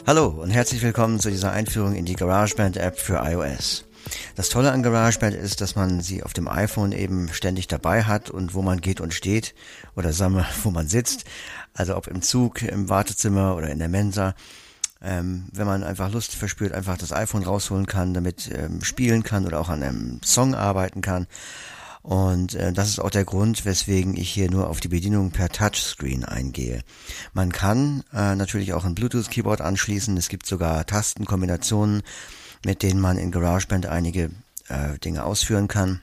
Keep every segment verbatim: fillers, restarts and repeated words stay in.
Hallo und herzlich willkommen zu dieser Einführung in die GarageBand-App für iOS. Das Tolle an GarageBand ist, dass man sie auf dem iPhone eben ständig dabei hat und wo man geht und steht oder sagen wir, wo man sitzt, also ob im Zug, im Wartezimmer oder in der Mensa. Ähm, wenn man einfach Lust verspürt, einfach das iPhone rausholen kann, damit ähm, spielen kann oder auch an einem Song arbeiten kann. Und äh, das ist auch der Grund, weswegen ich hier nur auf die Bedienung per Touchscreen eingehe. Man kann äh, natürlich auch ein Bluetooth-Keyboard anschließen. Es gibt sogar Tastenkombinationen, mit denen man in GarageBand einige äh, Dinge ausführen kann.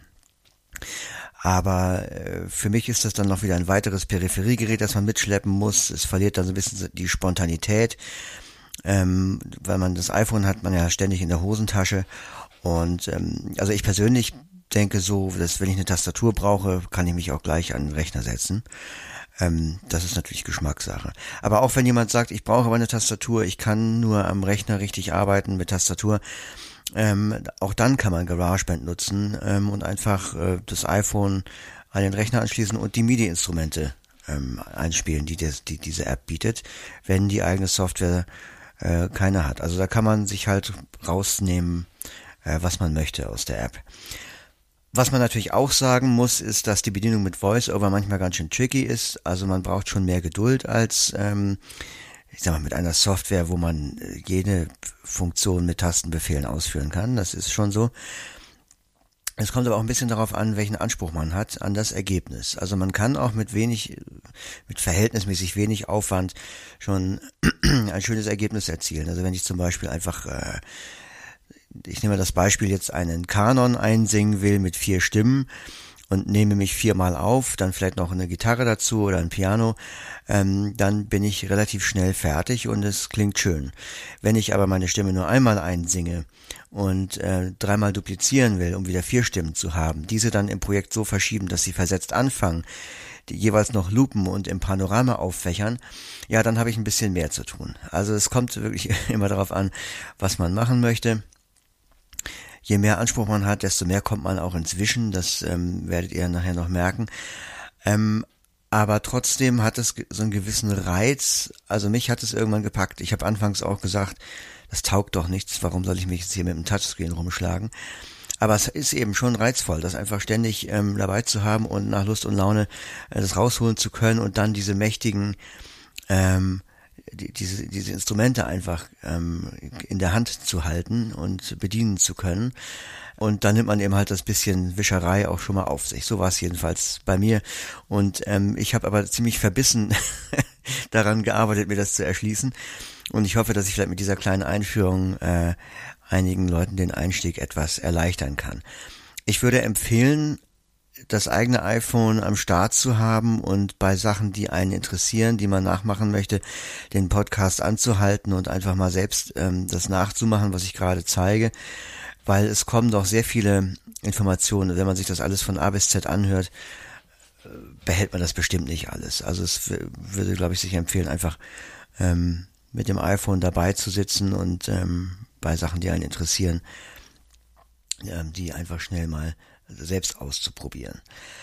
Aber äh, für mich ist das dann noch wieder ein weiteres Peripheriegerät, das man mitschleppen muss. Es verliert dann so ein bisschen die Spontanität, ähm, weil man das iPhone hat man ja ständig in der Hosentasche. Und ähm, also ich persönlich denke so, dass wenn ich eine Tastatur brauche, kann ich mich auch gleich an den Rechner setzen. Ähm, das ist natürlich Geschmackssache. Aber auch wenn jemand sagt, ich brauche aber eine Tastatur, ich kann nur am Rechner richtig arbeiten mit Tastatur, ähm, auch dann kann man GarageBand nutzen ähm, und einfach äh, das iPhone an den Rechner anschließen und die MIDI-Instrumente ähm, einspielen, die, des, die diese App bietet, wenn die eigene Software äh, keine hat. Also da kann man sich halt rausnehmen, äh, was man möchte aus der App. Was man natürlich auch sagen muss, ist, dass die Bedienung mit VoiceOver manchmal ganz schön tricky ist. Also man braucht schon mehr Geduld als, ähm, ich sag mal, mit einer Software, wo man jede Funktion mit Tastenbefehlen ausführen kann. Das ist schon so. Es kommt aber auch ein bisschen darauf an, welchen Anspruch man hat an das Ergebnis. Also man kann auch mit wenig, mit verhältnismäßig wenig Aufwand schon ein schönes Ergebnis erzielen. Also wenn ich zum Beispiel einfach äh, ich nehme das Beispiel jetzt einen Kanon einsingen will mit vier Stimmen und nehme mich viermal auf, dann vielleicht noch eine Gitarre dazu oder ein Piano, ähm, dann bin ich relativ schnell fertig und es klingt schön. Wenn ich aber meine Stimme nur einmal einsinge und äh, dreimal duplizieren will, um wieder vier Stimmen zu haben, diese dann im Projekt so verschieben, dass sie versetzt anfangen, die jeweils noch loopen und im Panorama auffächern, ja, dann habe ich ein bisschen mehr zu tun. Also es kommt wirklich immer darauf an, was man machen möchte. Je mehr Anspruch man hat, desto mehr kommt man auch ins Wischen, das ähm, werdet ihr nachher noch merken. Ähm, aber trotzdem hat es so einen gewissen Reiz, also mich hat es irgendwann gepackt. Ich habe anfangs auch gesagt, das taugt doch nichts, warum soll ich mich jetzt hier mit dem Touchscreen rumschlagen? Aber es ist eben schon reizvoll, das einfach ständig ähm, dabei zu haben und nach Lust und Laune äh, das rausholen zu können und dann diese mächtigen ähm, Die, diese, diese Instrumente einfach ähm, in der Hand zu halten und bedienen zu können. Und dann nimmt man eben halt das bisschen Wischerei auch schon mal auf sich. So war es jedenfalls bei mir. Und ähm, ich habe aber ziemlich verbissen daran gearbeitet, mir das zu erschließen. Und ich hoffe, dass ich vielleicht mit dieser kleinen Einführung äh, einigen Leuten den Einstieg etwas erleichtern kann. Ich würde empfehlen, das eigene iPhone am Start zu haben und bei Sachen, die einen interessieren, die man nachmachen möchte, den Podcast anzuhalten und einfach mal selbst ähm, das nachzumachen, was ich gerade zeige, weil es kommen doch sehr viele Informationen. Wenn man sich das alles von A bis Z anhört, äh, behält man das bestimmt nicht alles. Also es w- würde, glaube ich, sich empfehlen, einfach ähm, mit dem iPhone dabei zu sitzen und ähm, bei Sachen, die einen interessieren, ähm, die einfach schnell mal selbst auszuprobieren.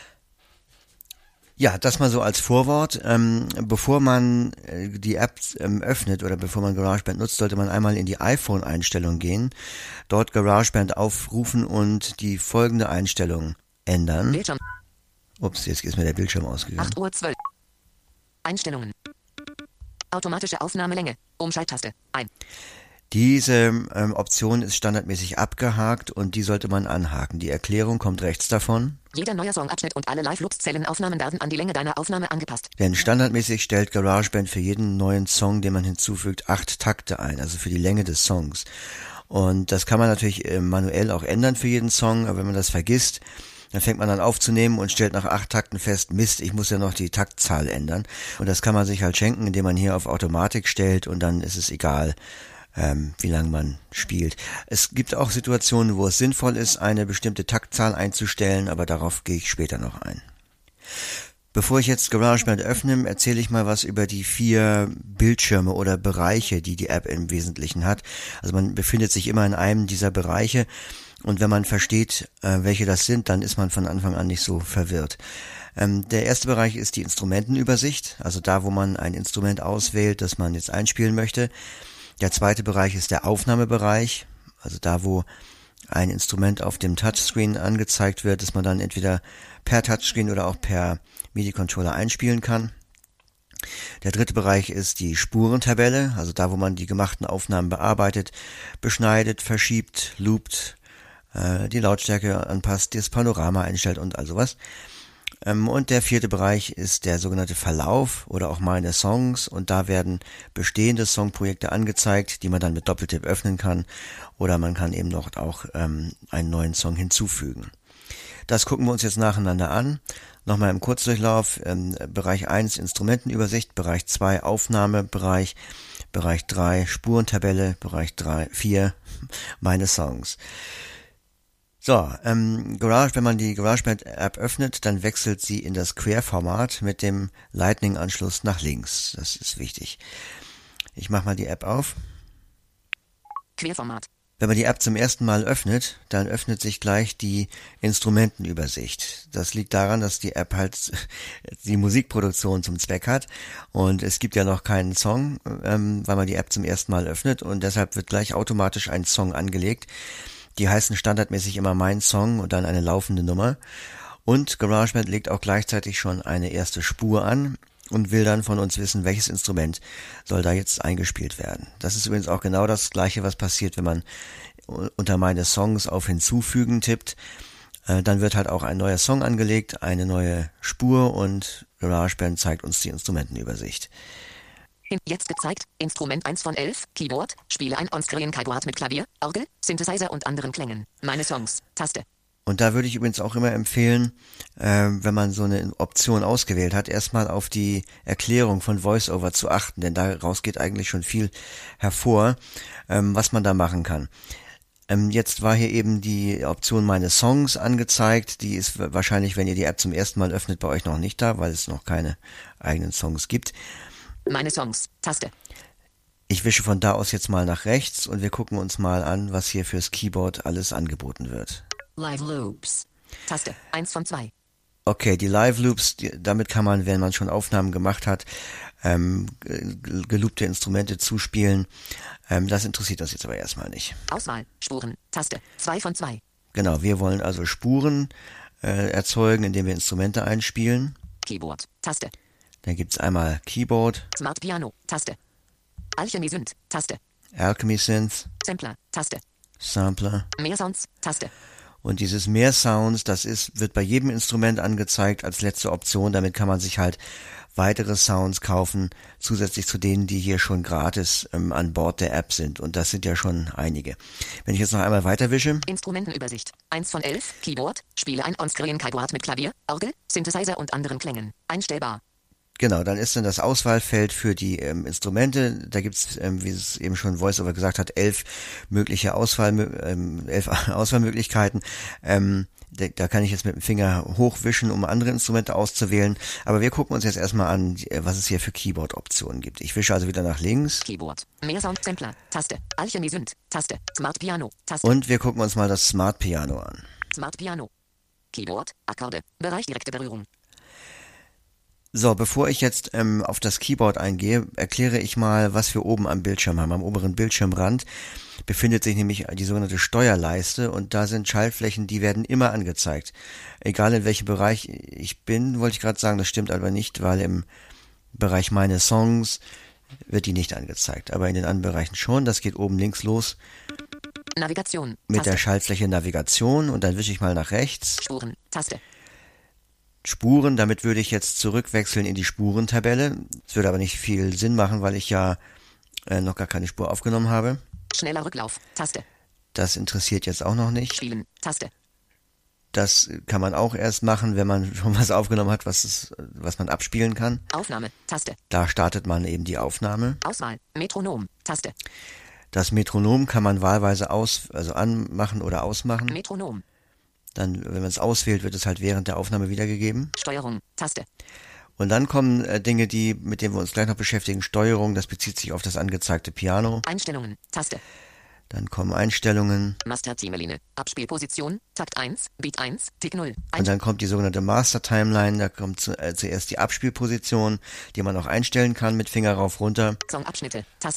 Ja, das mal so als Vorwort. Ähm, bevor man äh, die App ähm, öffnet oder bevor man GarageBand nutzt, sollte man einmal in die iPhone-Einstellung gehen, dort GarageBand aufrufen und die folgende Einstellung ändern. Bildschirm. Ups, jetzt ist mir der Bildschirm ausgegangen. acht Uhr zwölf. Einstellungen. Automatische Aufnahmelänge. Umschalttaste. Ein. Diese ähm, Option ist standardmäßig abgehakt und die sollte man anhaken. Die Erklärung kommt rechts davon. Jeder neue Songabschnitt und alle Live-Loops-Zellenaufnahmen werden an die Länge deiner Aufnahme angepasst. Denn standardmäßig stellt GarageBand für jeden neuen Song, den man hinzufügt, acht Takte ein, also für die Länge des Songs. Und das kann man natürlich äh, manuell auch ändern für jeden Song, aber wenn man das vergisst, dann fängt man an aufzunehmen und stellt nach acht Takten fest, Mist, ich muss ja noch die Taktzahl ändern. Und das kann man sich halt schenken, indem man hier auf Automatik stellt und dann ist es egal, Ähm, wie lange man spielt. Es gibt auch Situationen, wo es sinnvoll ist, eine bestimmte Taktzahl einzustellen, aber darauf gehe ich später noch ein. Bevor ich jetzt GarageBand öffne, erzähle ich mal was über die vier Bildschirme oder Bereiche, die die App im Wesentlichen hat. Also man befindet sich immer in einem dieser Bereiche und wenn man versteht, äh, welche das sind, dann ist man von Anfang an nicht so verwirrt. Ähm, der erste Bereich ist die Instrumentenübersicht, also da, wo man ein Instrument auswählt, das man jetzt einspielen möchte. Der zweite Bereich ist der Aufnahmebereich, also da, wo ein Instrument auf dem Touchscreen angezeigt wird, dass man dann entweder per Touchscreen oder auch per MIDI-Controller einspielen kann. Der dritte Bereich ist die Spurentabelle, also da, wo man die gemachten Aufnahmen bearbeitet, beschneidet, verschiebt, loopt, äh, die Lautstärke anpasst, das Panorama einstellt und all sowas. Ähm, und der vierte Bereich ist der sogenannte Verlauf oder auch meine Songs, und da werden bestehende Songprojekte angezeigt, die man dann mit Doppeltipp öffnen kann, oder man kann eben noch auch ähm, einen neuen Song hinzufügen. Das gucken wir uns jetzt nacheinander an. Nochmal im Kurzdurchlauf, ähm, Bereich eins Instrumentenübersicht, Bereich zwei Aufnahmebereich, Bereich drei Spurentabelle, Bereich drei, vier meine Songs. So, ähm, Garage, wenn man die GarageBand-App öffnet, dann wechselt sie in das Querformat mit dem Lightning-Anschluss nach links. Das ist wichtig. Ich mache mal die App auf. Querformat. Wenn man die App zum ersten Mal öffnet, dann öffnet sich gleich die Instrumentenübersicht. Das liegt daran, dass die App halt die Musikproduktion zum Zweck hat, und es gibt ja noch keinen Song, ähm, weil man die App zum ersten Mal öffnet, und deshalb wird gleich automatisch ein Song angelegt. Die heißen standardmäßig immer mein Song und dann eine laufende Nummer. Und GarageBand legt auch gleichzeitig schon eine erste Spur an und will dann von uns wissen, welches Instrument soll da jetzt eingespielt werden. Das ist übrigens auch genau das Gleiche, was passiert, wenn man unter meine Songs auf Hinzufügen tippt. Dann wird halt auch ein neuer Song angelegt, eine neue Spur, und GarageBand zeigt uns die Instrumentenübersicht. Jetzt gezeigt, Instrument eins von elf, Keyboard, spiele ein On-Screen-Keyboard mit Klavier, Orgel, Synthesizer und anderen Klängen. Meine Songs, Taste. Und da würde ich übrigens auch immer empfehlen, äh, wenn man so eine Option ausgewählt hat, erstmal auf die Erklärung von VoiceOver zu achten, denn daraus geht eigentlich schon viel hervor, ähm, was man da machen kann. Ähm, jetzt war hier eben die Option meine Songs angezeigt, die ist wahrscheinlich, wenn ihr die App zum ersten Mal öffnet, bei euch noch nicht da, weil es noch keine eigenen Songs gibt. Meine Songs, Taste. Ich wische von da aus jetzt mal nach rechts und wir gucken uns mal an, was hier fürs Keyboard alles angeboten wird. Live Loops. Taste, eins von zwei. Okay, die Live Loops, die, damit kann man, wenn man schon Aufnahmen gemacht hat, ähm, geloopte Instrumente zuspielen. Ähm, das interessiert uns jetzt aber erstmal nicht. Auswahl, Spuren, Taste, zwei von zwei. Genau, wir wollen also Spuren äh, erzeugen, indem wir Instrumente einspielen. Keyboard, Taste. Dann gibt's einmal Keyboard, Smart Piano, Taste. Alchemy Synth, Taste. Alchemy Synth, Sampler, Taste. Sampler. Mehr Sounds, Taste. Und dieses Mehr Sounds, das ist, wird bei jedem Instrument angezeigt als letzte Option. Damit kann man sich halt weitere Sounds kaufen, zusätzlich zu denen, die hier schon gratis ähm, an Bord der App sind. Und das sind ja schon einige. Wenn ich jetzt noch einmal weiterwische. Instrumentenübersicht. eins von elf, Keyboard, spiele ein On-Screen-Keyboard mit Klavier, Orgel, Synthesizer und anderen Klängen. Einstellbar. Genau, dann ist dann das Auswahlfeld für die ähm, Instrumente. Da gibt's, ähm, wie es eben schon VoiceOver gesagt hat, elf mögliche Auswahl, ähm, elf Auswahlmöglichkeiten. Ähm, da, da kann ich jetzt mit dem Finger hochwischen, um andere Instrumente auszuwählen. Aber wir gucken uns jetzt erstmal an, was es hier für Keyboard-Optionen gibt. Ich wische also wieder nach links. Keyboard, mehr Sound, Sampler, Taste, Alchemy Synth, Taste, Smart Piano, Taste. Und wir gucken uns mal das Smart Piano an. Smart Piano. Keyboard, Akkorde, Bereich direkte Berührung. So, bevor ich jetzt ähm, auf das Keyboard eingehe, erkläre ich mal, was wir oben am Bildschirm haben. Am oberen Bildschirmrand befindet sich nämlich die sogenannte Steuerleiste, und da sind Schaltflächen, die werden immer angezeigt. Egal in welchem Bereich ich bin, wollte ich gerade sagen, das stimmt aber nicht, weil im Bereich meine Songs wird die nicht angezeigt. Aber in den anderen Bereichen schon. Das geht oben links los. Navigation. Mit Taste. der Schaltfläche Navigation, und dann wische ich mal nach rechts. Spuren, Taste. Spuren, damit würde ich jetzt zurückwechseln in die Spurentabelle. Das würde aber nicht viel Sinn machen, weil ich ja äh, noch gar keine Spur aufgenommen habe. Schneller Rücklauf, Taste. Das interessiert jetzt auch noch nicht. Spielen, Taste. Das kann man auch erst machen, wenn man schon was aufgenommen hat, was, es, was man abspielen kann. Aufnahme, Taste. Da startet man eben die Aufnahme. Auswahl, Metronom, Taste. Das Metronom kann man wahlweise aus, also anmachen oder ausmachen. Metronom. Dann, wenn man es auswählt, wird es halt während der Aufnahme wiedergegeben. Steuerung, Taste. Und dann kommen äh, Dinge, die, mit denen wir uns gleich noch beschäftigen. Steuerung, das bezieht sich auf das angezeigte Piano. Einstellungen, Taste. Dann kommen Einstellungen. Master Timeline, Abspielposition, Takt eins, Beat eins, Tick null. Und dann kommt die sogenannte Master Timeline. Da kommt zu, äh, zuerst die Abspielposition, die man auch einstellen kann mit Finger rauf runter. Songabschnitte, Taste.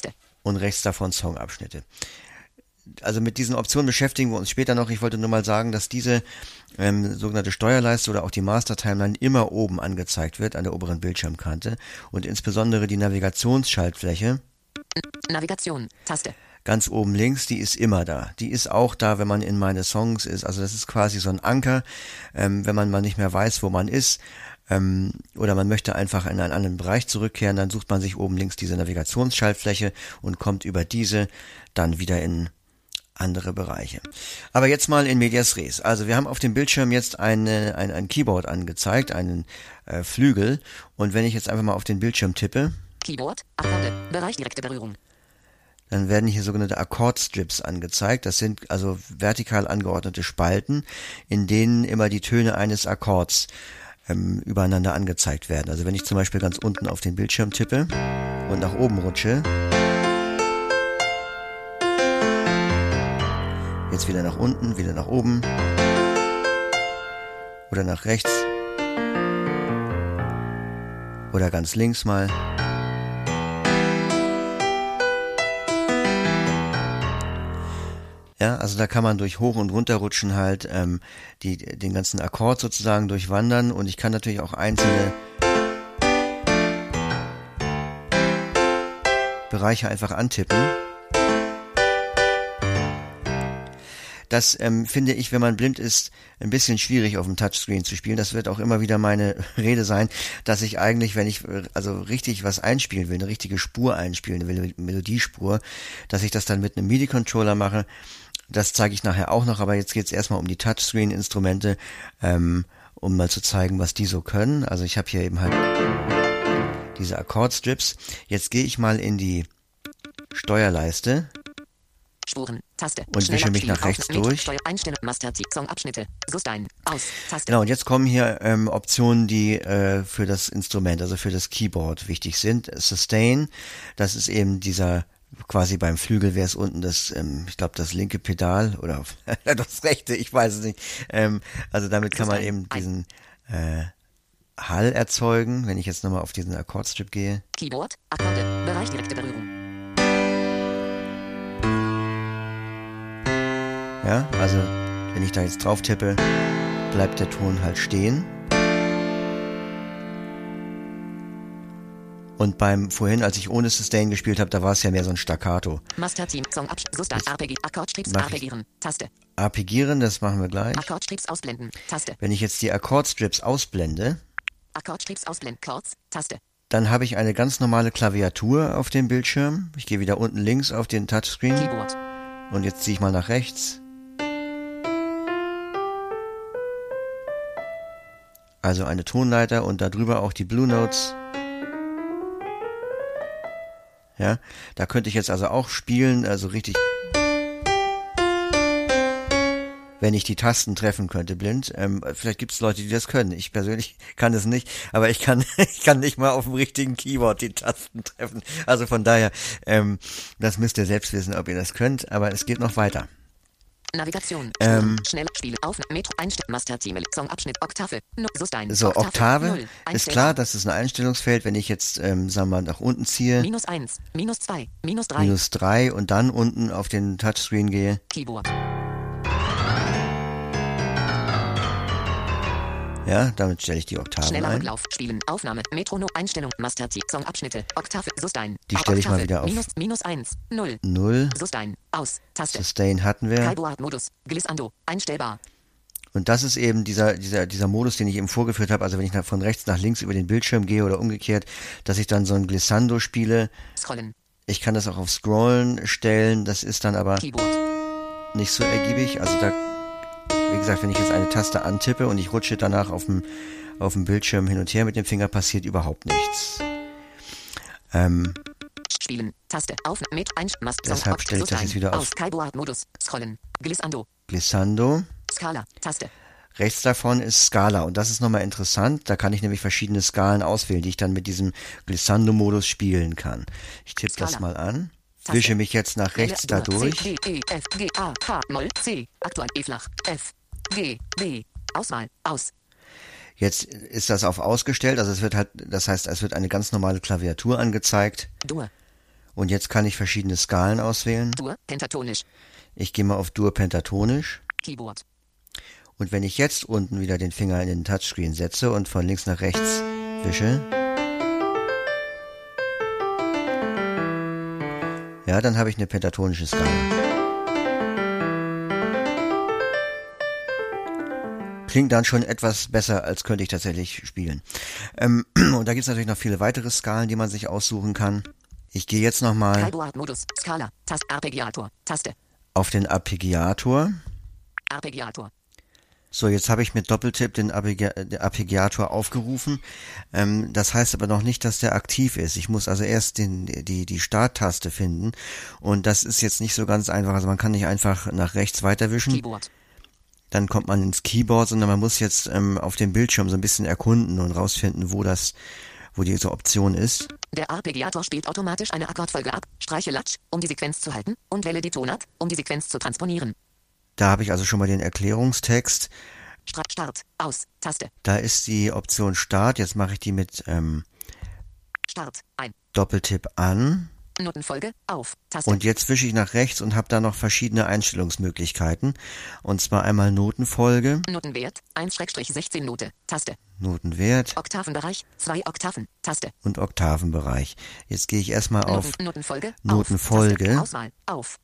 und rechts davon Songabschnitte. Also mit diesen Optionen beschäftigen wir uns später noch. Ich wollte nur mal sagen, dass diese ähm, sogenannte Steuerleiste oder auch die Master-Timeline immer oben angezeigt wird, an der oberen Bildschirmkante. Und insbesondere die Navigationsschaltfläche. Navigation, Taste. Ganz oben links, die ist immer da. Die ist auch da, wenn man in meine Songs ist. Also das ist quasi so ein Anker, ähm, wenn man mal nicht mehr weiß, wo man ist. Ähm, oder man möchte einfach in einen anderen Bereich zurückkehren, dann sucht man sich oben links diese Navigationsschaltfläche und kommt über diese dann wieder in andere Bereiche. Aber jetzt mal in medias res. Also wir haben auf dem Bildschirm jetzt eine, ein, ein Keyboard angezeigt, einen äh, Flügel. Und wenn ich jetzt einfach mal auf den Bildschirm tippe, Keyboard, Akkorde, Bereich direkte Berührung. Dann werden hier sogenannte Akkordstrips angezeigt. Das sind also vertikal angeordnete Spalten, in denen immer die Töne eines Akkords ähm, übereinander angezeigt werden. Also wenn ich zum Beispiel ganz unten auf den Bildschirm tippe und nach oben rutsche, jetzt wieder nach unten, wieder nach oben oder nach rechts oder ganz links mal. Ja, also da kann man durch Hoch- und Runterrutschen halt ähm, die, den ganzen Akkord sozusagen durchwandern und ich kann natürlich auch einzelne Bereiche einfach antippen. Das ähm, finde ich, wenn man blind ist, ein bisschen schwierig auf dem Touchscreen zu spielen. Das wird auch immer wieder meine Rede sein, dass ich eigentlich, wenn ich also richtig was einspielen will, eine richtige Spur einspielen will, eine Melodiespur, dass ich das dann mit einem MIDI-Controller mache. Das zeige ich nachher auch noch, aber jetzt geht es erstmal um die Touchscreen-Instrumente, ähm, um mal zu zeigen, was die so können. Also ich habe hier eben halt diese Akkordstrips. Jetzt gehe ich mal in die Steuerleiste. Spuren, Taste. Und wische mich nach rechts durch. Einstellung, Master-T, Songabschnitte, Sustain, aus, Taste. Genau, und jetzt kommen hier ähm, Optionen, die äh, für das Instrument, also für das Keyboard wichtig sind. Sustain, das ist eben dieser, quasi beim Flügel wäre es unten das, ähm, ich glaube das linke Pedal oder das rechte, ich weiß es nicht. Ähm, also damit kann man eben diesen äh, Hall erzeugen, wenn ich jetzt nochmal auf diesen Akkordstrip gehe. Keyboard, Akkorde, Bereich direkte Berührung. Ja, also wenn ich da jetzt drauf tippe, bleibt der Ton halt stehen. Und beim vorhin, als ich ohne Sustain gespielt habe, da war es ja mehr so ein Staccato. Master-Team, Songabschnitt, Sustain, Arpeggi, Akkordstrips, arpeggieren, Taste. Arpeggieren, das machen wir gleich. Akkordstrips ausblenden, Taste. Wenn ich jetzt die Akkordstrips ausblende, Akkordstrips ausblenden, Chords, Taste. dann habe ich eine ganz normale Klaviatur auf dem Bildschirm. Ich gehe wieder unten links auf den Touchscreen. Keyboard. Und jetzt ziehe ich mal nach rechts. Also eine Tonleiter und darüber auch die Blue Notes. Ja, da könnte ich jetzt also auch spielen, also richtig, wenn ich die Tasten treffen könnte, blind. Ähm, vielleicht gibt es Leute, die das können. Ich persönlich kann das nicht, aber ich kann, ich kann nicht mal auf dem richtigen Keyboard die Tasten treffen. Also von daher, ähm, das müsst ihr selbst wissen, ob ihr das könnt, aber es geht noch weiter. Navigation, Ähm, schnell Spiele, auf, Metro, Einstellung, Master-Team, Songabschnitt, Oktave, no, Sustain, So, Oktave, null, ist klar, das ist ein Einstellungsfeld. Wenn ich jetzt, ähm, sagen wir mal, nach unten ziehe, minus eins, minus zwei, minus drei, minus drei und dann unten auf den Touchscreen gehe, Keyboard, ja, damit stelle ich die Oktaven schneller ein. Rücklauf, Spielen, Aufnahme, Metronom, Einstellung, Master-Team, Songabschnitte, Oktave, Sustain, Die stelle ich mal Oktave, wieder auf minus, minus eins, null, null. Sustain, aus, Taste, Sustain hatten wir. Keyboard-Modus, Glissando, einstellbar, Und das ist eben dieser, dieser, dieser Modus, den ich eben vorgeführt habe. Also wenn ich nach, von rechts nach links über den Bildschirm gehe oder umgekehrt, dass ich dann so ein Glissando spiele. Scrollen, Ich kann das auch auf Scrollen stellen. Das ist dann aber Keyboard, nicht so ergiebig. Also da, wie gesagt, wenn ich jetzt eine Taste antippe und ich rutsche danach auf dem, auf dem Bildschirm hin und her mit dem Finger, passiert überhaupt nichts. Ähm, Spielen, Taste, auf, mit, ein, Mast, Deshalb stelle ich das jetzt wieder auf. Aus, Keyboard-Modus, Scrollen, Glissando, Glissando. Skala, Taste, Rechts davon ist Skala und das ist nochmal interessant. Da kann ich nämlich verschiedene Skalen auswählen, die ich dann mit diesem Glissando-Modus spielen kann. Ich tippe das mal an. Taste. Wische mich jetzt nach rechts da durch. C, D, E, F, G, A, K, Moll, C, aktuell E flach, F, G, B, Auswahl, aus. Jetzt ist das auf ausgestellt, also es wird halt, das heißt, es wird eine ganz normale Klaviatur angezeigt. Dur, Und jetzt kann ich verschiedene Skalen auswählen. Dur, pentatonisch. Ich gehe mal auf Dur pentatonisch. Keyboard. Und wenn ich jetzt unten wieder den Finger in den Touchscreen setze und von links nach rechts wische, ja, dann habe ich eine pentatonische Skala. Klingt dann schon etwas besser, als könnte ich tatsächlich spielen. Ähm, und da gibt es natürlich noch viele weitere Skalen, die man sich aussuchen kann. Ich gehe jetzt nochmal Keyboard-Modus, Skala, Tast, Arpeggiator, Taste, auf den Arpeggiator. Arpeggiator. So, jetzt habe ich mit Doppeltipp den Arpeggi- den Arpeggiator aufgerufen. Ähm, das heißt aber noch nicht, dass der aktiv ist. Ich muss also erst den, die, die Starttaste finden. Und das ist jetzt nicht so ganz einfach. Also man kann nicht einfach nach rechts weiterwischen. Keyboard. Dann kommt man ins Keyboard, sondern man muss jetzt ähm, auf dem Bildschirm so ein bisschen erkunden und rausfinden, wo das, wo diese Option ist. Der Arpeggiator spielt automatisch eine Akkordfolge ab, streiche Latsch, um die Sequenz zu halten, und wähle die Tonart, um die Sequenz zu transponieren. Da habe ich also schon mal den Erklärungstext. Stra- Start, aus, Taste, Da ist die Option Start. Jetzt mache ich die mit ähm, Start, ein, Doppeltipp an. Notenfolge, auf, Taste, Und jetzt wische ich nach rechts und habe da noch verschiedene Einstellungsmöglichkeiten. Und zwar einmal Notenfolge, Notenwert, eins sechzehn Note, Taste, Notenwert Oktavenbereich, zwei Oktaven, Taste, und Oktavenbereich. Jetzt gehe ich erstmal auf Noten, Notenfolge, Notenfolge. auf, Taste, Auswahl, auf,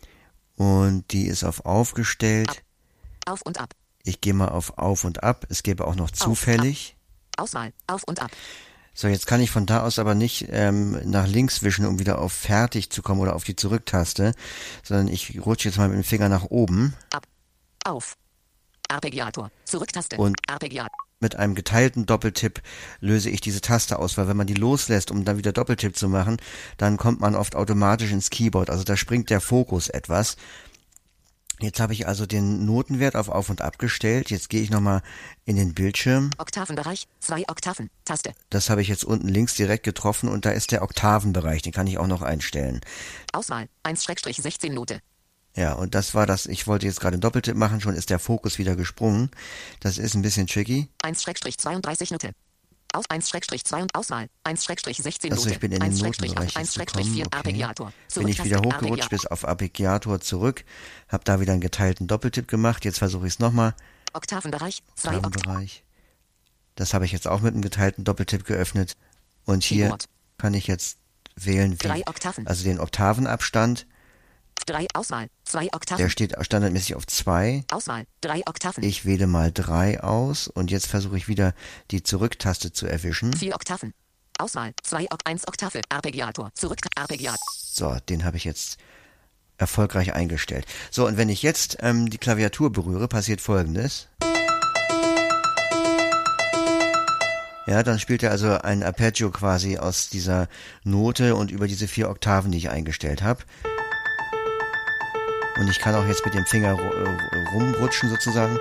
und die ist auf aufgestellt. auf und ab, Ich gehe mal auf Auf und Ab. Es gäbe auch noch zufällig. Auswahl, auf und ab, So, jetzt kann ich von da aus aber nicht ähm, nach links wischen, um wieder auf Fertig zu kommen oder auf die Zurücktaste, sondern ich rutsche jetzt mal mit dem Finger nach oben. ab, auf, Arpeggiator, Zurücktaste, Und Arpeggiator, mit einem geteilten Doppeltipp löse ich diese Taste aus, weil wenn man die loslässt, um dann wieder Doppeltipp zu machen, dann kommt man oft automatisch ins Keyboard. Also da springt der Fokus etwas. Jetzt habe ich also den Notenwert auf Auf und Ab gestellt. Jetzt gehe ich nochmal in den Bildschirm. Oktavenbereich, zwei Oktaven, Taste, Das habe ich jetzt unten links direkt getroffen und da ist der Oktavenbereich. Den kann ich auch noch einstellen. Auswahl, eins sechzehn Note, Ja, und das war das. Ich wollte jetzt gerade einen Doppeltipp machen, schon ist der Fokus wieder gesprungen. Das ist ein bisschen tricky. eins zweiunddreißig Note. Aus eins zwei und Auswahl. eins sechzehn Also ich bin in den Notenbereich jetzt gekommen. Okay. Arpeggiator. Bin ich wieder hochgerutscht bis auf Arpeggiator zurück. Habe da wieder einen geteilten Doppeltipp gemacht. Jetzt versuche ich es nochmal. Oktavenbereich. zwei Oktaven. Oktavenbereich. Das habe ich jetzt auch mit einem geteilten Doppeltipp geöffnet. Und hier Keyboard. kann ich jetzt wählen, wie, Drei Oktaven. also den Oktavenabstand. drei Auswahl. zwei Oktaven. Der steht standardmäßig auf zwei. Auswahl. drei Oktaven. Ich wähle mal drei aus und jetzt versuche ich wieder die Zurücktaste zu erwischen. vier Oktaven. Auswahl. zwei Ok eins Oktave. Arpeggiator. Zurück. Arpeggiator. So, den habe ich jetzt erfolgreich eingestellt. So, und wenn ich jetzt ähm, die Klaviatur berühre, passiert Folgendes. Ja, dann spielt er also ein Arpeggio quasi aus dieser Note und über diese vier Oktaven, die ich eingestellt habe. Und ich kann auch jetzt mit dem Finger rumrutschen sozusagen.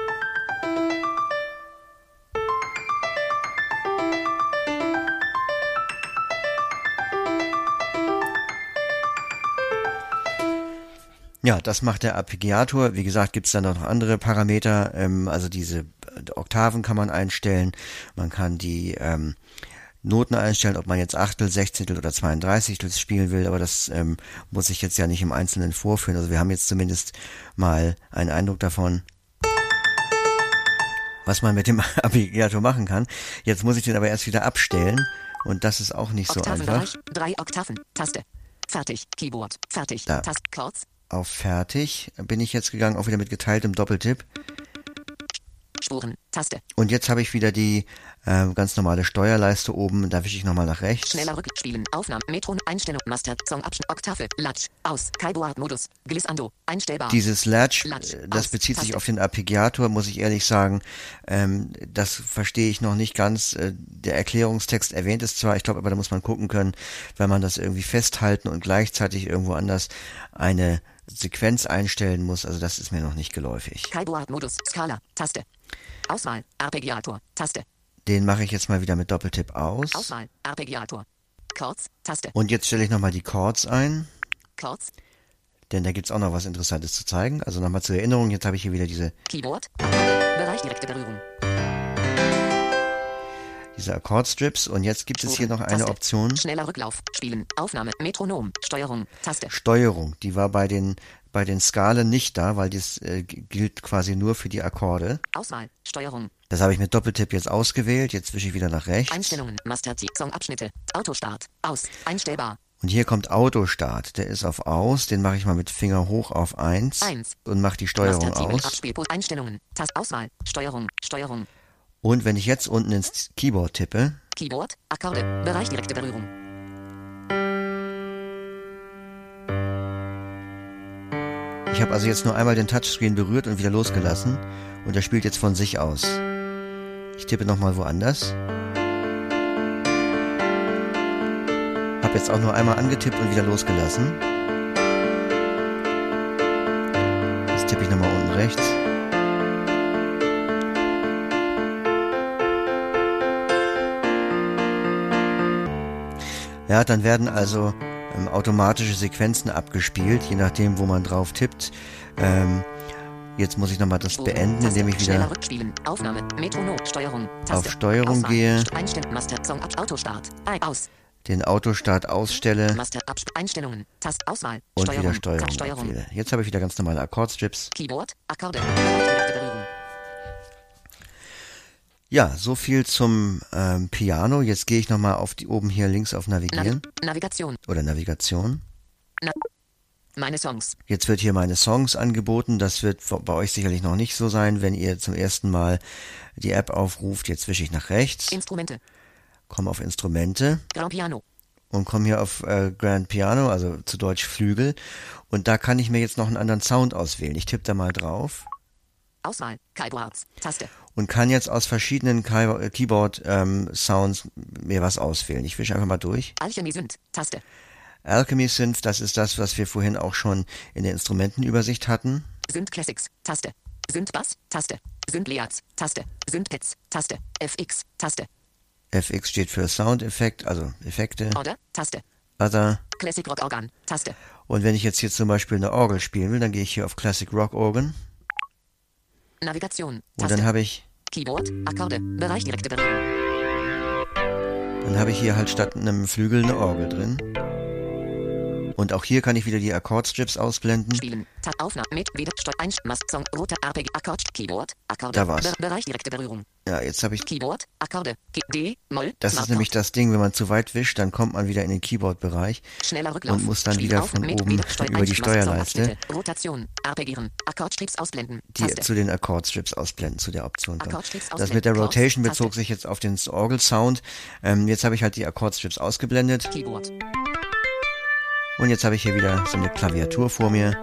Ja, das macht der Arpeggiator. Wie gesagt, gibt es dann noch andere Parameter. Ähm, also diese Oktaven kann man einstellen. Man kann die ähm, Noten einstellen, ob man jetzt Achtel, Sechzehntel oder Zweiunddreißigstel spielen will, aber das ähm, muss ich jetzt ja nicht im Einzelnen vorführen. Also wir haben jetzt zumindest mal einen Eindruck davon, was man mit dem Arpeggiator machen kann. Jetzt muss ich den aber erst wieder abstellen und das ist auch nicht so einfach. drei Oktaven, Taste. Fertig, Keyboard, fertig, Da. Taste, Chords. Auf Fertig bin ich jetzt gegangen, auch wieder mit geteiltem Doppeltipp. Spuren, Taste. Und jetzt habe ich wieder die äh, ganz normale Steuerleiste oben. Da wische ich nochmal nach rechts. Schneller Rückspielen, Aufnahmen, Metron, Einstellung, Master, Song, Abschnitt, Oktave, Latch, aus, Keyboard-Modus, Glissando, einstellbar. Dieses Latch, Latch, äh, das aus, bezieht sich Taste. auf den Arpeggiator, muss ich ehrlich sagen. Ähm, das verstehe ich noch nicht ganz. Äh, der Erklärungstext erwähnt es zwar, ich glaube aber, da muss man gucken können, wenn man das irgendwie festhalten und gleichzeitig irgendwo anders eine Sequenz einstellen muss. Also das ist mir noch nicht geläufig. Keyboard-Modus, Skala, Taste. Auswahl, Arpeggiator, Taste. Den mache ich jetzt mal wieder mit Doppeltipp aus. Auswahl, Arpeggiator. Chords, Taste. Und jetzt stelle ich nochmal die Chords ein, Chords, denn da gibt's auch noch was Interessantes zu zeigen. Also nochmal zur Erinnerung, jetzt habe ich hier wieder diese... Keyboard, Bereich direkte Berührung. diese Akkordstrips. Und jetzt gibt es hier noch eine Taste. Option. Schneller Rücklauf. Spielen. Aufnahme. Metronom. Steuerung. Taste. Steuerung. Die war bei den bei den Skalen nicht da, weil das äh, gilt quasi nur für die Akkorde. Auswahl. Steuerung. Das habe ich mit Doppeltipp jetzt ausgewählt. Jetzt wische ich wieder nach rechts. Einstellungen. Master-T. Songabschnitte. Autostart. Aus. Einstellbar. Und hier kommt Autostart. Der ist auf Aus. Den mache ich mal mit Finger hoch auf eins. eins. Und mache die Steuerung Master-T mit aus. Abspielpult. Einstellungen. Tast. Auswahl. Steuerung. Steuerung. Und wenn ich jetzt unten ins Keyboard tippe, Keyboard. Akkorde. Bereich direkte Berührung. ich habe also jetzt nur einmal den Touchscreen berührt und wieder losgelassen. Und er spielt jetzt von sich aus. Ich tippe nochmal woanders. Habe jetzt auch nur einmal angetippt und wieder losgelassen. Jetzt tippe ich nochmal unten rechts. Ja, dann werden also ähm, automatische Sequenzen abgespielt, je nachdem, wo man drauf tippt. Ähm, jetzt muss ich nochmal das beenden, indem ich wieder Aufnahme, Metronom, Steuerung, Taste, auf Steuerung Auswahl, gehe, Einstellen, Master, Song, Ab, Autostart, ein, aus, den Autostart ausstelle Master, Ab, Einstellungen, Tast, Auswahl, und Steuerung, wieder Steuerung Tab, Steuerung, abwähle. Jetzt habe ich wieder ganz normale Akkordstrips. Keyboard, Akkorde, direkte Berührung. Ja, so viel zum ähm, Piano. Jetzt gehe ich nochmal auf die oben hier links auf Navigieren Navi Navigation, oder Navigation. Na meine Songs, Jetzt wird hier meine Songs angeboten. Das wird bei euch sicherlich noch nicht so sein, wenn ihr zum ersten Mal die App aufruft. Jetzt wische ich nach rechts, Instrumente, komme auf Instrumente Grand Piano, und komme hier auf äh, Grand Piano, also zu Deutsch Flügel. Und da kann ich mir jetzt noch einen anderen Sound auswählen. Ich tippe da mal drauf. Auswahl, Keyboards, Taste, Und kann jetzt aus verschiedenen Key- Keyboard-Sounds mir was auswählen. Ich wische einfach mal durch. Alchemy Synth, Taste, Alchemy Synth, das ist das, was wir vorhin auch schon in der Instrumentenübersicht hatten. Synth Classics, Taste, Synth Bass, Taste, Synth Leads, Taste, Synth Pets, Taste, F X, Taste, F X steht für Soundeffekt, also Effekte. Order, Taste, Other. Classic Rock Organ, Taste, Und wenn ich jetzt hier zum Beispiel eine Orgel spielen will, dann gehe ich hier auf Classic Rock Organ. Navigation, Und Taste, dann habe ich, Keyboard, Akkorde, Bereich direkte Berührung. dann habe ich hier halt statt einem Flügel eine Orgel drin. Und auch hier kann ich wieder die Akkordstrips ausblenden. Spielen, Tab, Aufnahme, mit, wieder, Steu, Einst, Mast, Song, roter, R P G, Akkord, Keyboard, Akkorde, Da war's. Be Bereich direkte Berührung. Ja, jetzt habe ich, Keyboard, Akkorde, G D, Moll, das ist nämlich das Ding, wenn man zu weit wischt, dann kommt man wieder in den Keyboard-Bereich schneller Rücklauf. und muss dann Spiel wieder auf, von mit, oben wieder, Steu, über die Einst, Mast, Song, Steuerleiste Abschnitte, Rotation, Arpeggieren, Akkordstrips ausblenden, die Taste, zu den Akkordstrips ausblenden, zu der Option kommt. Akkordstrips Das ausblenden, mit der Chords, Rotation bezog Taste, sich jetzt auf den Orgel-Sound. Ähm, jetzt habe ich halt die Akkordstrips ausgeblendet. Keyboard, Und jetzt habe ich hier wieder so eine Klaviatur vor mir.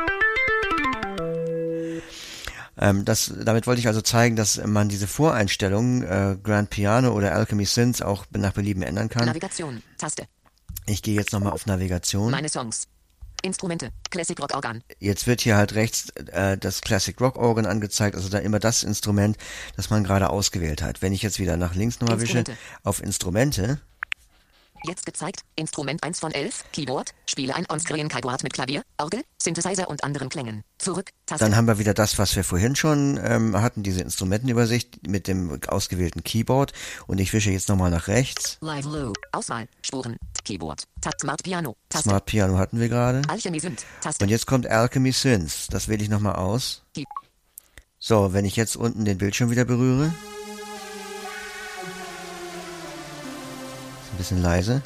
Ähm, das, damit wollte ich also zeigen, dass man diese Voreinstellungen, äh, Grand Piano oder Alchemy Synth, auch nach Belieben ändern kann. Navigation, Taste, Ich gehe jetzt nochmal auf Navigation. meine Songs, Instrumente, Classic Rock Organ, Jetzt wird hier halt rechts äh, das Classic Rock Organ angezeigt, also da immer das Instrument, das man gerade ausgewählt hat. Wenn ich jetzt wieder nach links nochmal wische, Instrumente. auf Instrumente, jetzt gezeigt, Instrument eins von elf, Keyboard, spiele ein Onscreen Keyboard mit Klavier, Orgel, Synthesizer und anderen Klängen. Zurück, Taste, dann haben wir wieder das, was wir vorhin schon ähm, hatten, diese Instrumentenübersicht mit dem ausgewählten Keyboard. Und ich wische jetzt nochmal nach rechts. Live Loop, Auswahl, Spuren, Keyboard, Tab, Smart Piano, Taste, Smart Piano hatten wir gerade. Alchemy Synth, Taste, Und jetzt kommt Alchemy Synth. Das wähle ich nochmal aus. Key- So, wenn ich jetzt unten den Bildschirm wieder berühre. Ist ein bisschen leise.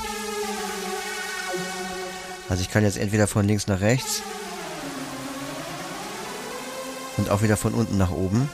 Also ich kann jetzt entweder von links nach rechts und auch wieder von unten nach oben.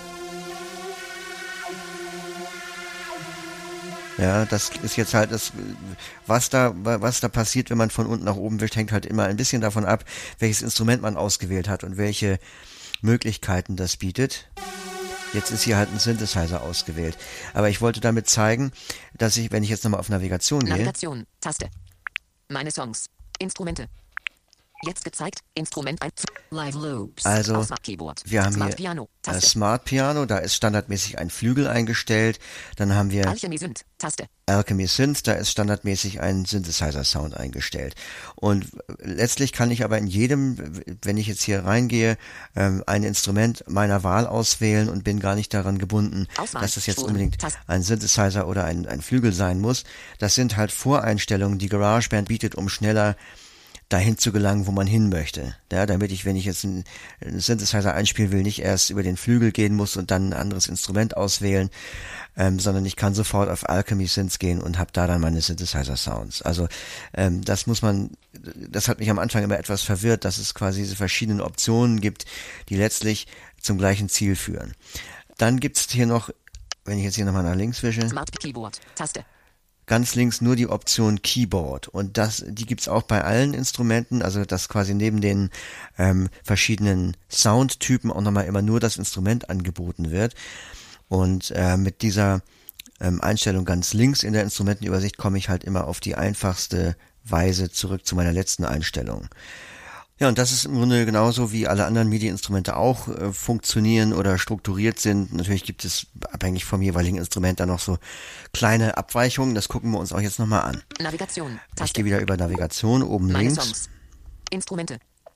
Ja, das ist jetzt halt das, was da, was da passiert, wenn man von unten nach oben wischt, hängt halt immer ein bisschen davon ab, welches Instrument man ausgewählt hat und welche Möglichkeiten das bietet. Jetzt ist hier halt ein Synthesizer ausgewählt. Aber ich wollte damit zeigen, dass ich, wenn ich jetzt nochmal auf Navigation gehe, Navigation, Taste, meine Songs, Instrumente, Jetzt gezeigt. Instrument eins. Live Loops. Also, Auswahl Keyboard. wir haben Smart hier Piano. äh, Taste. Smart Piano, da ist standardmäßig ein Flügel eingestellt. Dann haben wir Alchemy Synth. Taste. Alchemy Synth, da ist standardmäßig ein Synthesizer-Sound eingestellt. Und letztlich kann ich aber in jedem, wenn ich jetzt hier reingehe, ähm, ein Instrument meiner Wahl auswählen und bin gar nicht daran gebunden, Auswahl. dass das jetzt Spuren. unbedingt Taste. ein Synthesizer oder ein, ein Flügel sein muss. Das sind halt Voreinstellungen, die GarageBand bietet, um schneller dahin zu gelangen, wo man hin möchte. Ja, damit ich, wenn ich jetzt einen, einen Synthesizer einspielen will, nicht erst über den Flügel gehen muss und dann ein anderes Instrument auswählen, ähm, sondern ich kann sofort auf Alchemy Synths gehen und habe da dann meine Synthesizer-Sounds. Also ähm, das muss man, das hat mich am Anfang immer etwas verwirrt, dass es quasi diese verschiedenen Optionen gibt, die letztlich zum gleichen Ziel führen. Dann gibt's hier noch, wenn ich jetzt hier nochmal nach links wische, Smart Keyboard. Taste. ganz links nur die Option Keyboard und das, die gibt's auch bei allen Instrumenten, also dass quasi neben den ähm, verschiedenen Soundtypen auch nochmal immer nur das Instrument angeboten wird und äh, mit dieser ähm, Einstellung ganz links in der Instrumentenübersicht komme ich halt immer auf die einfachste Weise zurück zu meiner letzten Einstellung. Ja, und das ist im Grunde genauso wie alle anderen MIDI-Instrumente auch äh, funktionieren oder strukturiert sind. Natürlich gibt es abhängig vom jeweiligen Instrument dann noch so kleine Abweichungen. Das gucken wir uns auch jetzt nochmal an. Navigation. Ich Taste. gehe wieder über Navigation oben Meine links Songs. Instrumente.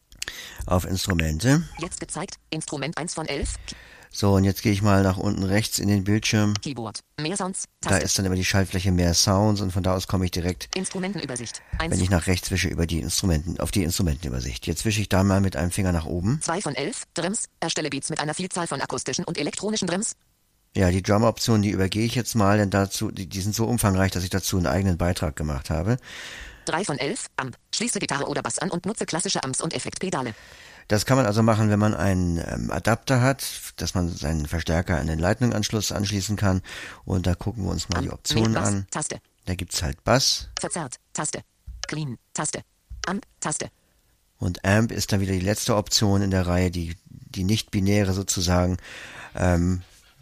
auf Instrumente. Jetzt gezeigt. Instrument eins von elf. So, und jetzt gehe ich mal nach unten rechts in den Bildschirm. Keyboard. Mehr Sounds. Da Taste. ist dann immer die Schaltfläche mehr Sounds und von da aus komme ich direkt, Instrumentenübersicht. wenn eins. ich nach rechts wische, über die Instrumenten, auf die Instrumentenübersicht. Jetzt wische ich da mal mit einem Finger nach oben. zwei von elf. Drums. Erstelle Beats mit einer Vielzahl von akustischen und elektronischen Drums. Ja, die Drum-Optionen, die übergehe ich jetzt mal, denn dazu, die, die sind so umfangreich, dass ich dazu einen eigenen Beitrag gemacht habe. drei von elf. Amp. Schließe Gitarre oder Bass an und nutze klassische Amps und Effektpedale. Das kann man also machen, wenn man einen ähm, Adapter hat, dass man seinen Verstärker an den Leitungsanschluss anschließen kann. Und da gucken wir uns mal die Amp. Optionen Mehr Bass. an. Taste. Da gibt's halt Bass Verzerrt. Taste. Clean. Taste. Amp. Taste. und Amp ist dann wieder die letzte Option in der Reihe, die, die nicht-binäre sozusagen, ähm,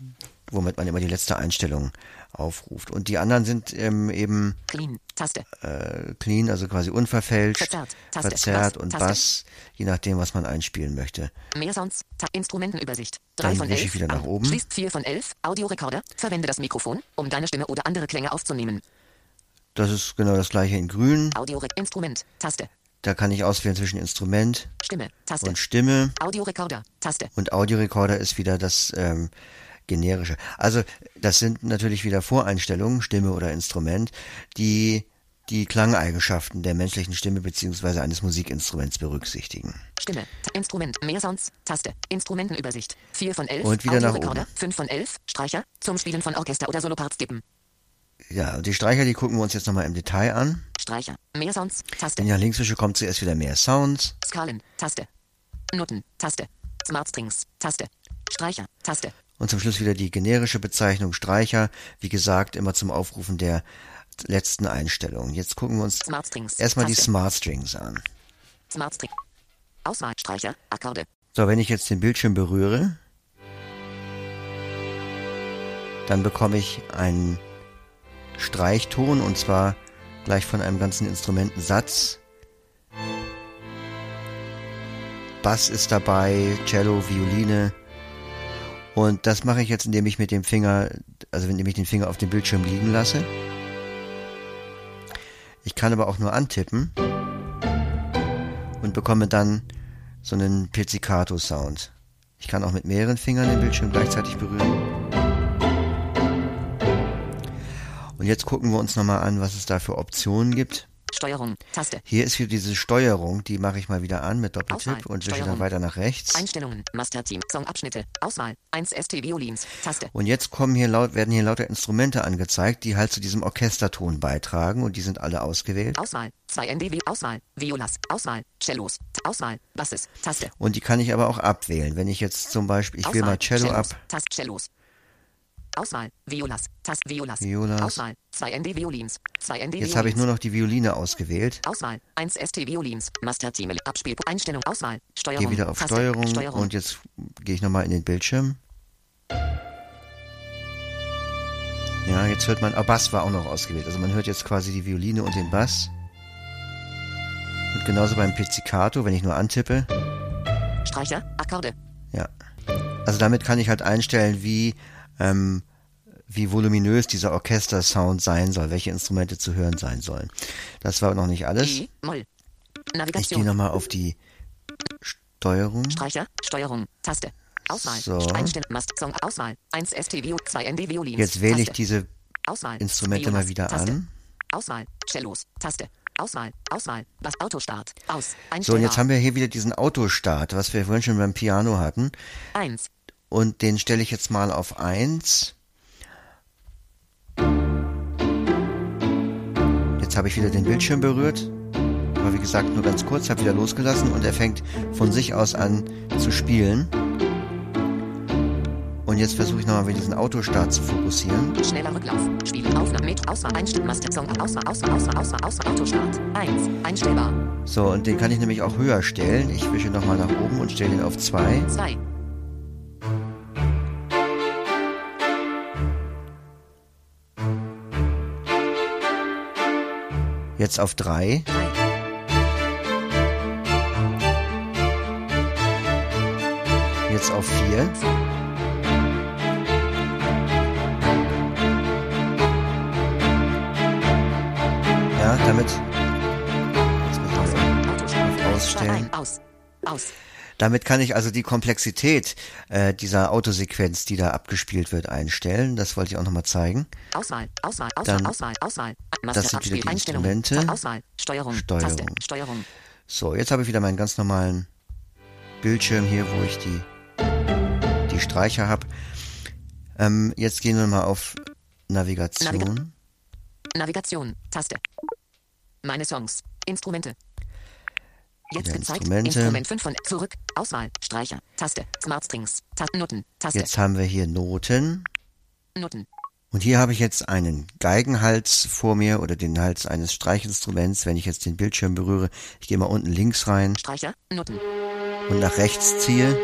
womit man immer die letzte Einstellung aufruft. Und die anderen sind ähm, eben Clean. Taste. äh, clean, also quasi unverfälscht, Verzerrt. Taste. verzerrt Bass. und Taste. Bass, je nachdem, was man einspielen möchte. Mehr Sounds. Ta Instrumentenübersicht. drei Dann von wische elf. ich wieder nach Amp. oben. Schließt vier von elf. Audiorekorder. Verwende das Mikrofon, um deine Stimme oder andere Klänge aufzunehmen. Das ist genau das gleiche in grün. Audiorek Instrument. Taste. Da kann ich auswählen zwischen Instrument Stimme. Taste. und Stimme. Audiorekorder. Taste. Und Audiorekorder ist wieder das ähm, generische. Also das sind natürlich wieder Voreinstellungen, Stimme oder Instrument, die die Klangeigenschaften der menschlichen Stimme bzw. eines Musikinstruments berücksichtigen. Stimme. Ta Instrument. Mehr Sounds. Taste. Instrumentenübersicht. vier von elf. Und wieder nach Audiorekorder. oben. fünf von elf. Streicher. Zum Spielen von Orchester oder Soloparts tippen. Ja, und die Streicher, die gucken wir uns jetzt nochmal im Detail an. Streicher. Mehr Sounds. Taste. Wenn ich nach links wische, kommt zuerst wieder mehr Sounds. Skalen. Taste. Noten. Taste. Smart Strings. Taste. Streicher. Taste. Und zum Schluss wieder die generische Bezeichnung Streicher. Wie gesagt, immer zum Aufrufen der letzten Einstellung. Jetzt gucken wir uns Smart Strings. erstmal die Taste. Smart Strings an. Smart String. Auswahl. Streicher. Akkorde. So, wenn ich jetzt den Bildschirm berühre, dann bekomme ich einen Streichton und zwar gleich von einem ganzen Instrumentensatz. Bass ist dabei, Cello, Violine. Und das mache ich jetzt, indem ich mit dem Finger, also indem ich den Finger auf dem Bildschirm liegen lasse. Ich kann aber auch nur antippen und bekomme dann so einen Pizzicato-Sound. Ich kann auch mit mehreren Fingern den Bildschirm gleichzeitig berühren. Und jetzt gucken wir uns nochmal an, was es da für Optionen gibt. Steuerung. Taste. Hier ist wieder diese Steuerung, die mache ich mal wieder an mit Doppeltipp Auswahl. und wische dann Steuerung. weiter nach rechts. Einstellungen. Masterteam. Songabschnitte. Auswahl. eins S T Violins. Taste. Und jetzt kommen hier laut, werden hier lauter Instrumente angezeigt, die halt zu diesem Orchesterton beitragen und die sind alle ausgewählt. Auswahl. zwei N D W. Auswahl. Violas. Auswahl. Cellos. Auswahl. Basses. Taste. Und die kann ich aber auch abwählen. Wenn ich jetzt zum Beispiel, ich Auswahl. wähle mal Cello Cellos. ab. Tast Cellos. Auswahl. Violas. Tast Violas. Violas. Auswahl. zwei N D Violins. zwei N D Jetzt habe ich nur noch die Violine ausgewählt. Auswahl. eins S T Violins. Masterteam. Abspiel. Einstellung. Auswahl. Steuerung. Gehe wieder auf Taste. Steuerung, Steuerung. und jetzt gehe ich nochmal in den Bildschirm. Ja, jetzt hört man, ah, Bass war auch noch ausgewählt. Also man hört jetzt quasi die Violine und den Bass. Und Und genauso beim Pizzicato, wenn ich nur antippe. Streicher, Akkorde. Ja. Also damit kann ich halt einstellen, wie, ähm, wie voluminös dieser Orchestersound sein soll, welche Instrumente zu hören sein sollen. Das war noch nicht alles. E, Moll. Ich Navigation. gehe nochmal auf die Steuerung. Streicher, Steuerung, Taste. Auswahl. So. Einstellen, Mast, Song, Auswahl. eins S T, Vio, zwei N D, Violins. Jetzt wähle ich Taste. diese Auswahl. Instrumente Violas, mal wieder Taste. an. Auswahl. Cellos. Taste. Auswahl. Auswahl. Bass. Autostart. Aus. So, und Einstellbar. jetzt haben wir hier wieder diesen Autostart, was wir vorhin schon beim Piano hatten. eins. Und den stelle ich jetzt mal auf eins. Jetzt habe ich wieder den Bildschirm berührt. Aber wie gesagt, nur ganz kurz, habe wieder losgelassen und er fängt von sich aus an zu spielen. Und jetzt versuche ich nochmal wieder diesen Autostart zu fokussieren. Schneller Rücklauf. Spielen. Aufnahme. Met. Auswahl. Einstellen. Master. Song. Auswahl. Auswahl. Auswahl. Auswahl. Auswahl. Autostart. eins. Einstellbar. So, und den kann ich nämlich auch höher stellen. Ich wische nochmal nach oben und stelle den auf zwei. zwei. Jetzt auf drei. drei. Jetzt auf vier. Ja, damit. Jetzt muss ich mal Autostart. auf ausstellen. Aus. Aus. Damit kann ich also die Komplexität äh, dieser Autosequenz, die da abgespielt wird, einstellen. Das wollte ich auch nochmal zeigen. Auswahl. Auswahl. Auswahl. Dann- Auswahl. Auswahl. das sind wieder die Instrumente. Auswahl. Steuerung. Steuerung. Taste. Steuerung. So, jetzt habe ich wieder meinen ganz normalen Bildschirm hier, wo ich die, die Streicher habe. Ähm, jetzt gehen wir mal auf Navigation. Naviga- Navigation. Taste. Meine Songs. Instrumente. Jetzt Wieder gezeigt. Instrumente. Instrument fünf von zurück. Auswahl. Streicher. Taste. Smart Strings. Taste. Noten. Taste. Jetzt haben wir hier Noten. Noten. Und hier habe ich jetzt einen Geigenhals vor mir oder den Hals eines Streichinstruments. Wenn ich jetzt den Bildschirm berühre, ich gehe mal unten links rein Streicher. Noten. und nach rechts ziehe.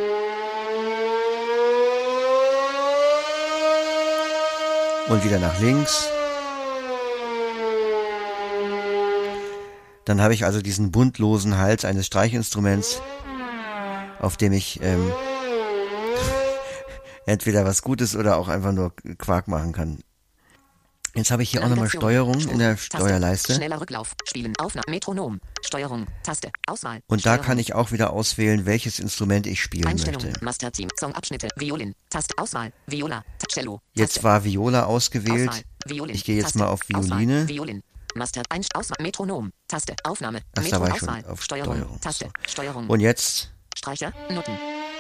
Und wieder nach links. Dann habe ich also diesen buntlosen Hals eines Streichinstruments, auf dem ich ähm, entweder was Gutes oder auch einfach nur Quark machen kann. Jetzt habe ich hier auch nochmal Navigation. Steuerung in der Taste. Steuerleiste. Schneller Rücklauf. Spielen. Aufnahme. Metronom. Steuerung. Taste. Auswahl. Und da Steuerung. kann ich auch wieder auswählen, welches Instrument ich spielen Einstellung. möchte. Masterteam. Songabschnitte. Violin. Taste. Auswahl. Viola. Cello. Jetzt Taste. war Viola ausgewählt. Auswahl. Violin. Ich gehe jetzt Taste. mal auf Violine. Auswahl. Violin. Master. Einst Auswahl. Metronom. Taste. Aufnahme. Ach, da Metro. war ich schon Auswahl. auf Steuerung. Steuerung. Taste. So. Steuerung. Und jetzt, Streicher. Noten.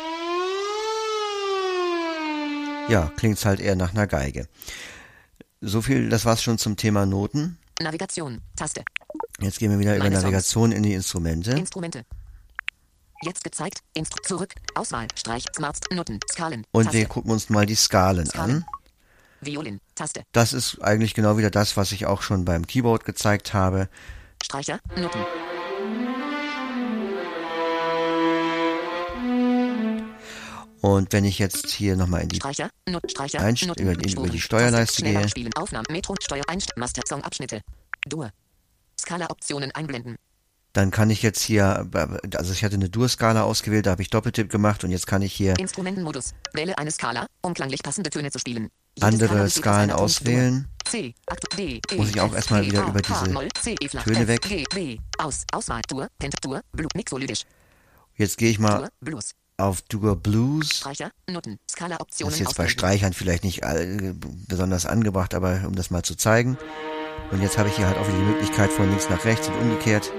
ja, klingt's halt eher nach einer Geige. So viel, das war's schon zum Thema Noten. Navigation. Taste. Jetzt gehen wir wieder über Meine Songs. Navigation in die Instrumente. Instrumente. Jetzt gezeigt. Instru zurück. Auswahl. Streich. Smart. Noten. Skalen. Und Taste. wir gucken uns mal die Skalen Skalen. an. Violin. Taste. Das ist eigentlich genau wieder das, was ich auch schon beim Keyboard gezeigt habe. Streicher. Noten. Und wenn ich jetzt hier nochmal in die Streicher. Not. Streicher. Einst- Noten. über die- Spuren. über die Steuerleiste Taste. Schneller gehe. Spielen. Aufnahmen. Metro. Steuer. Einst. Master. Song. Abschnitte. Dur. Skala-Optionen einblenden. Dann kann ich jetzt hier, also ich hatte eine Dur-Skala ausgewählt, da habe ich Doppeltipp gemacht und jetzt kann ich hier Instrumentenmodus. Wähle eine Skala, um klanglich passende Töne zu spielen. Jede andere Skala besteht aus Skalen einer Tonspur. auswählen. C, Akt, D, E, Muss ich auch F, erstmal G, wieder A, über H, diese Moll, C, E flach, Töne F, weg. G, B, aus, Auswahl, Dur, Pentatur, Blu, Mixolydisch, Jetzt gehe ich mal Dur, Blues, auf Dur Blues. Streicher, Noten, Das Skala-Optionen ist jetzt bei ausblenden. Streichern vielleicht nicht all, besonders angebracht, aber um das mal zu zeigen. Und jetzt habe ich hier halt auch wieder die Möglichkeit von links nach rechts und umgekehrt.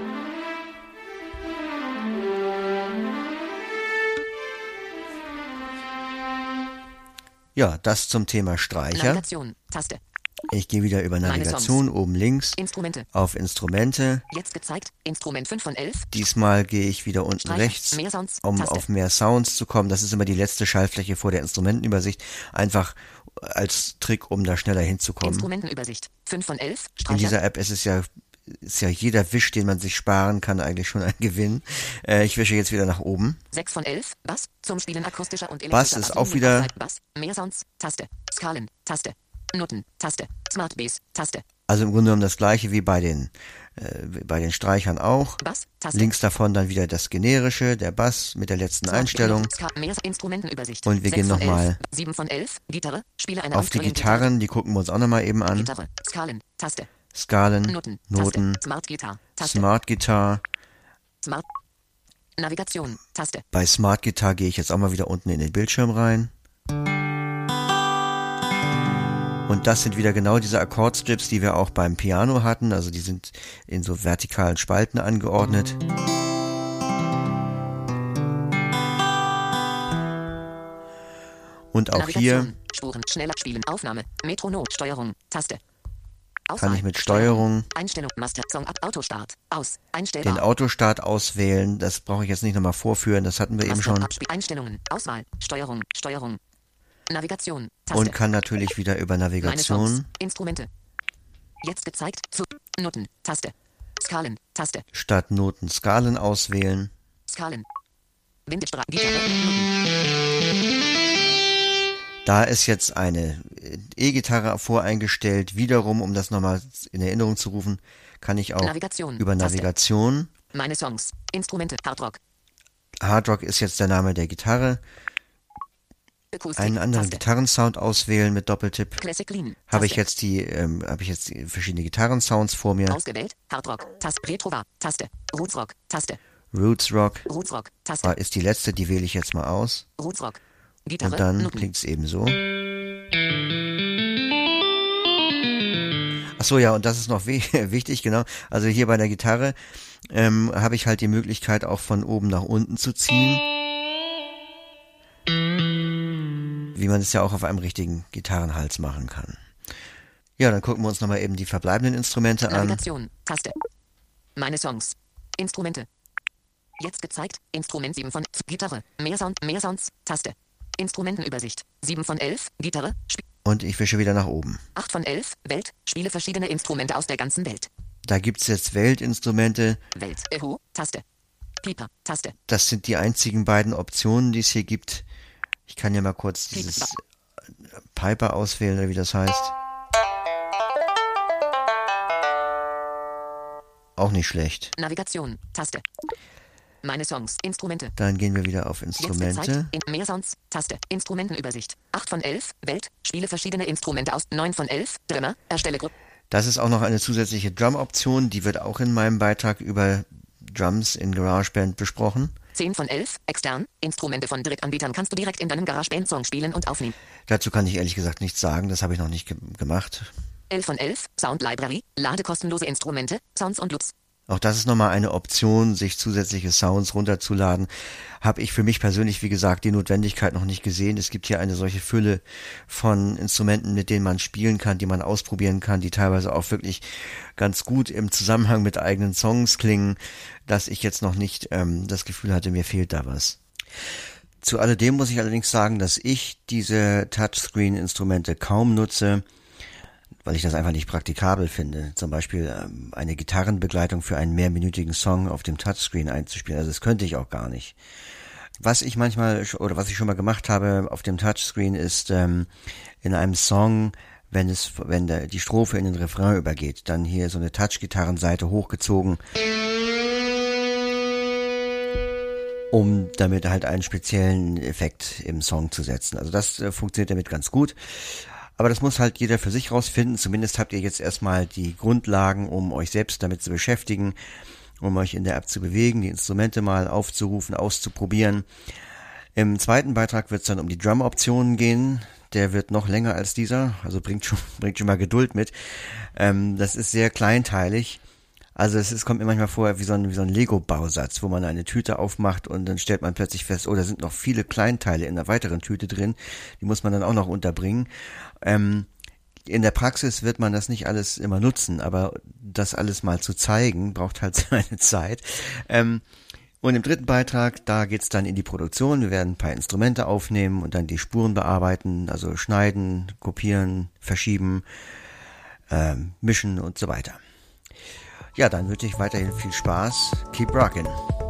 Ja, das zum Thema Streicher. Navigation, Taste, Ich gehe wieder über Meine Navigation oben links Instrumente, auf Instrumente. jetzt gezeigt, Instrument fünf von elf, Diesmal gehe ich wieder unten Streicher, rechts, mehr Sounds, um Taste. auf mehr Sounds zu kommen. Das ist immer die letzte Schaltfläche vor der Instrumentenübersicht. Einfach als Trick, um da schneller hinzukommen. Instrumentenübersicht, fünf von elf, In Streicher, dieser App ist es ja, ist ja jeder Wisch, den man sich sparen kann, eigentlich schon ein Gewinn. Äh, ich wische jetzt wieder nach oben. sechs von elf, Bass, zum Spielen akustischer und Bass elektrischer ist auch Basslinien, wieder- Auswahl, Bass, mehr Sounds, Taste, Skalen, Taste, Noten, Taste, Smart Bass, Taste, Also im Grunde genommen das gleiche wie bei den äh, bei den Streichern auch. Bass, Taste. Links davon dann wieder das generische, der Bass mit der letzten Smart, Einstellung. Mehr Instrumentenübersicht. Und wir sechs gehen von nochmal elf, sieben von elf, Gitarre, spiele eine auf die On-Screen Gitarren, die gucken wir uns auch nochmal eben an. Gitarre, Skalen, Taste. Skalen, Noten, Noten, Taste. Smart Guitar, Taste. Smart Guitar. Smart Navigation, Taste. Bei Smart Guitar gehe ich jetzt auch mal wieder unten in den Bildschirm rein. Und das sind wieder genau diese Akkordstrips, die wir auch beim Piano hatten. Also die sind in so vertikalen Spalten angeordnet. Und auch Navigation, hier Spuren, schneller spielen, Aufnahme, Metronom, Steuerung, Taste. Auswahl, kann ich mit Steuerung Einstellung, Master, Song ab, Autostart, aus, einstellbar. den Autostart auswählen. Das brauche ich jetzt nicht nochmal vorführen, das hatten wir Master, eben schon. Abspiel, Einstellungen, Auswahl, Steuerung, Steuerung, Navigation, Taste. Und kann natürlich wieder über Meine Songs, Navigation Instrumente. Jetzt gezeigt, zu, Noten, Taste. Skalen, Taste. statt Noten Skalen auswählen. Skalen. Windestra, Gitarre, Noten. Da ist jetzt eine E-Gitarre voreingestellt. Wiederum, um das nochmal in Erinnerung zu rufen, kann ich auch Navigation, über Taste. Navigation. Meine Songs, Instrumente, Hardrock. Hardrock ist jetzt der Name der Gitarre. Akustik, Einen anderen Taste. Gitarrensound auswählen mit Doppeltipp. Classic Clean, Habe ich Taste. jetzt die, ähm, habe ich jetzt die verschiedene Gitarrensounds vor mir. Ausgewählt, Hardrock, Taste, Retrova, Taste, Rootsrock, Taste, Roots Rock Rootsrock, war, Taste, ist die letzte, die wähle ich jetzt mal aus. Rootsrock, Gitarre, Und dann Noten. klingt es eben so. Ach so, ja, und das ist noch we- wichtig, genau. Also hier bei der Gitarre ähm, habe ich halt die Möglichkeit, auch von oben nach unten zu ziehen. Wie man es ja auch auf einem richtigen Gitarrenhals machen kann. Ja, dann gucken wir uns nochmal eben die verbleibenden Instrumente an. Navigation, Taste. Meine Songs, Instrumente. Jetzt gezeigt, Instrument sieben von Gitarre, mehr Sound, mehr Sounds, Taste. Instrumentenübersicht, sieben von elf, Gitarre, Sp Und ich wische wieder nach oben. acht von elf, Welt, spiele verschiedene Instrumente aus der ganzen Welt. Da gibt's jetzt Weltinstrumente. Welt, Ehu, Taste. Piper, Taste. Das sind die einzigen beiden Optionen, die es hier gibt. Ich kann ja mal kurz dieses Piper auswählen, oder wie das heißt. Auch nicht schlecht. Navigation, Taste. Meine Songs, Instrumente. Dann gehen wir wieder auf Jetzt Instrumente. gezeigt, in mehr Sounds, Taste, Instrumentenübersicht. acht von elf, Welt, spiele verschiedene Instrumente aus. neun von elf, Drummer, erstelle Gruppe. Das ist auch noch eine zusätzliche Drum-Option, die wird auch in meinem Beitrag über Drums in GarageBand besprochen. zehn von elf, extern, Instrumente von Drittanbietern kannst du direkt in deinem GarageBand-Song spielen und aufnehmen. Dazu kann ich ehrlich gesagt nichts sagen, das habe ich noch nicht ge- gemacht. elf von elf, Sound Library, lade kostenlose Instrumente, Sounds und Loops. Auch das ist nochmal eine Option, sich zusätzliche Sounds runterzuladen. Habe ich für mich persönlich, wie gesagt, die Notwendigkeit noch nicht gesehen. Es gibt hier eine solche Fülle von Instrumenten, mit denen man spielen kann, die man ausprobieren kann, die teilweise auch wirklich ganz gut im Zusammenhang mit eigenen Songs klingen, dass ich jetzt noch nicht ähm, das Gefühl hatte, mir fehlt da was. Zu alledem muss ich allerdings sagen, dass ich diese Touchscreen-Instrumente kaum nutze, weil ich das einfach nicht praktikabel finde. Zum Beispiel ähm, eine Gitarrenbegleitung für einen mehrminütigen Song auf dem Touchscreen einzuspielen. Also das könnte ich auch gar nicht. Was ich manchmal, oder was ich schon mal gemacht habe auf dem Touchscreen ist, ähm, in einem Song, wenn es, wenn der, die Strophe in den Refrain übergeht, dann hier so eine Touch-Gitarrenseite hochgezogen, um damit halt einen speziellen Effekt im Song zu setzen. Also das äh, funktioniert damit ganz gut. Aber das muss halt jeder für sich rausfinden. Zumindest habt ihr jetzt erstmal die Grundlagen, um euch selbst damit zu beschäftigen, um euch in der App zu bewegen, die Instrumente mal aufzurufen, auszuprobieren. Im zweiten Beitrag wird es dann um die Drum-Optionen gehen. Der wird noch länger als dieser, also bringt schon, bringt schon mal Geduld mit. Ähm, das ist sehr kleinteilig. Also es ist, kommt mir manchmal vor wie so ein, wie so ein Lego-Bausatz, wo man eine Tüte aufmacht und dann stellt man plötzlich fest, oh, da sind noch viele Kleinteile in einer weiteren Tüte drin. Die muss man dann auch noch unterbringen. Ähm, in der Praxis wird man das nicht alles immer nutzen, aber das alles mal zu zeigen, braucht halt seine Zeit. Ähm, und im dritten Beitrag, da geht's dann in die Produktion. Wir werden ein paar Instrumente aufnehmen und dann die Spuren bearbeiten, also schneiden, kopieren, verschieben, ähm, mischen und so weiter. Ja, dann wünsche ich weiterhin viel Spaß. Keep rockin'.